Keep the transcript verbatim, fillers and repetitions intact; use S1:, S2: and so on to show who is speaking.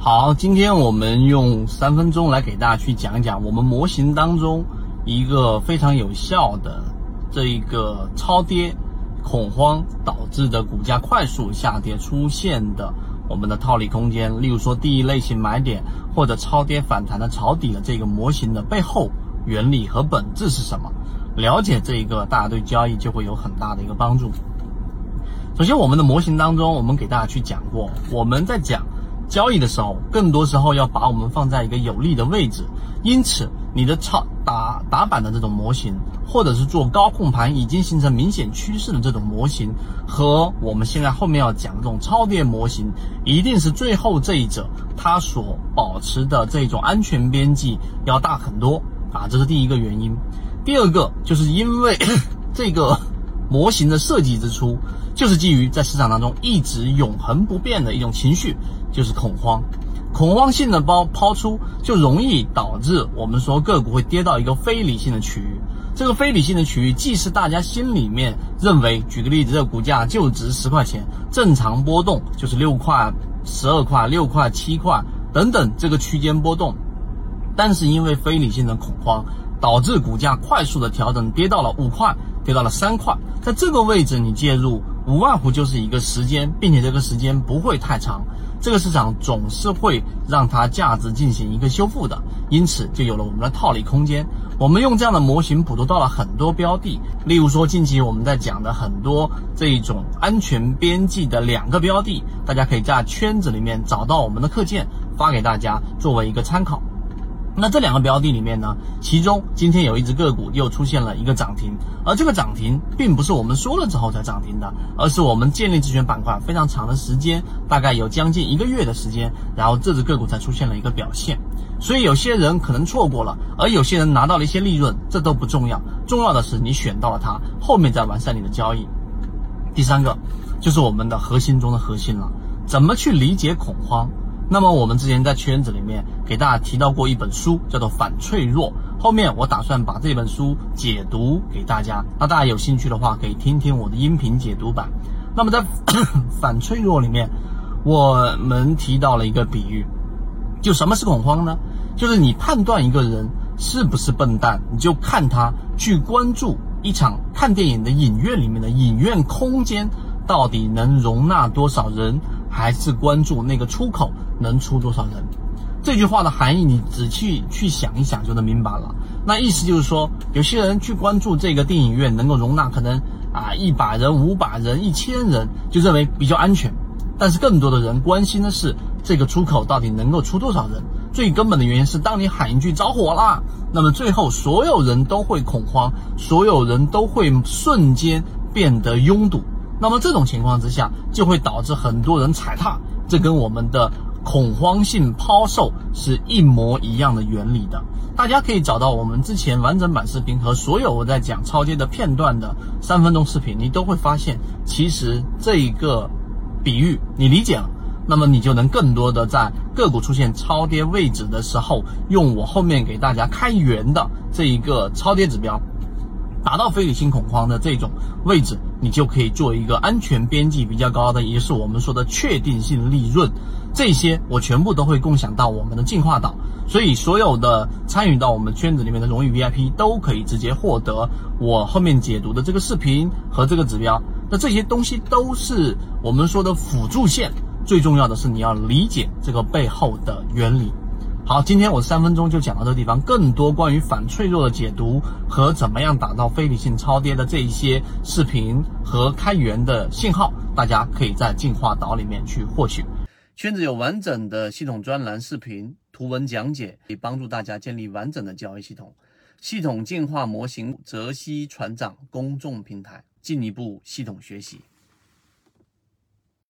S1: 好，今天我们用三分钟来给大家去讲一讲我们模型当中一个非常有效的这一个超跌恐慌导致的股价快速下跌出现的我们的套利空间，例如说第一类型买点或者超跌反弹的抄底的这个模型的背后原理和本质是什么？了解这一个，大家对交易就会有很大的一个帮助。首先，我们的模型当中，我们给大家去讲过，我们在讲交易的时候，更多时候要把我们放在一个有利的位置。因此，你的超打打板的这种模型，或者是做高控盘已经形成明显趋势的这种模型，和我们现在后面要讲这种超跌模型，一定是最后这一者它所保持的这种安全边际要大很多啊，这是第一个原因。第二个就是因为这个模型的设计之初，就是基于在市场当中一直永恒不变的一种情绪，就是恐慌。恐慌性的包抛出，就容易导致我们说个股会跌到一个非理性的区域。这个非理性的区域，既是大家心里面认为，举个例子，这个股价就值十块钱，正常波动就是六块、十二块、六块、七块等等这个区间波动，但是因为非理性的恐慌，导致股价快速的调整，跌到了五块，跌到了三块，在这个位置你介入，无外乎就是一个时间，并且这个时间不会太长，这个市场总是会让它价值进行一个修复的，因此就有了我们的套利空间。我们用这样的模型捕捉到了很多标的，例如说近期我们在讲的很多这一种安全边际的两个标的，大家可以在圈子里面找到我们的课件，发给大家作为一个参考。那这两个标的里面呢，其中今天有一只个股又出现了一个涨停，而这个涨停并不是我们说了之后才涨停的，而是我们建立自选板块非常长的时间，大概有将近一个月的时间，然后这只个股才出现了一个表现。所以有些人可能错过了，而有些人拿到了一些利润，这都不重要，重要的是你选到了它，后面再完善你的交易。第三个就是我们的核心中的核心了，怎么去理解恐慌？那么我们之前在圈子里面给大家提到过一本书，叫做《反脆弱》，后面我打算把这本书解读给大家，那大家有兴趣的话可以听听我的音频解读版。那么在反脆弱里面，我们提到了一个比喻，就什么是恐慌呢？就是你判断一个人是不是笨蛋，你就看他去关注一场看电影的影院里面的影院空间到底能容纳多少人，还是关注那个出口能出多少人。这句话的含义你仔细去想一想就能明白了。那意思就是说，有些人去关注这个电影院能够容纳可能啊一百人、五百人、一千人，就认为比较安全。但是更多的人关心的是这个出口到底能够出多少人。最根本的原因是，当你喊一句着火啦，那么最后所有人都会恐慌，所有人都会瞬间变得拥堵。那么这种情况之下，就会导致很多人踩踏，这跟我们的恐慌性抛售是一模一样的原理的。大家可以找到我们之前完整版视频和所有我在讲超跌的片段的三分钟视频，你都会发现，其实这一个比喻你理解了，那么你就能更多的在个股出现超跌位置的时候，用我后面给大家开源的这一个超跌指标，达到非理性恐慌的这种位置，你就可以做一个安全边际比较高的，也是我们说的确定性利润。这些我全部都会共享到我们的进化岛，所以所有的参与到我们圈子里面的荣誉 V I P 都可以直接获得我后面解读的这个视频和这个指标。那这些东西都是我们说的辅助线，最重要的是你要理解这个背后的原理。好，今天我三分钟就讲到这个地方，更多关于反脆弱的解读和怎么样打造非理性超跌的这一些视频和开源的信号，大家可以在进化岛里面去获取。圈子有完整的系统专栏视频、图文讲解，可以帮助大家建立完整的交易系统。系统进化模型泽西船长公众平台，进一步系统学习。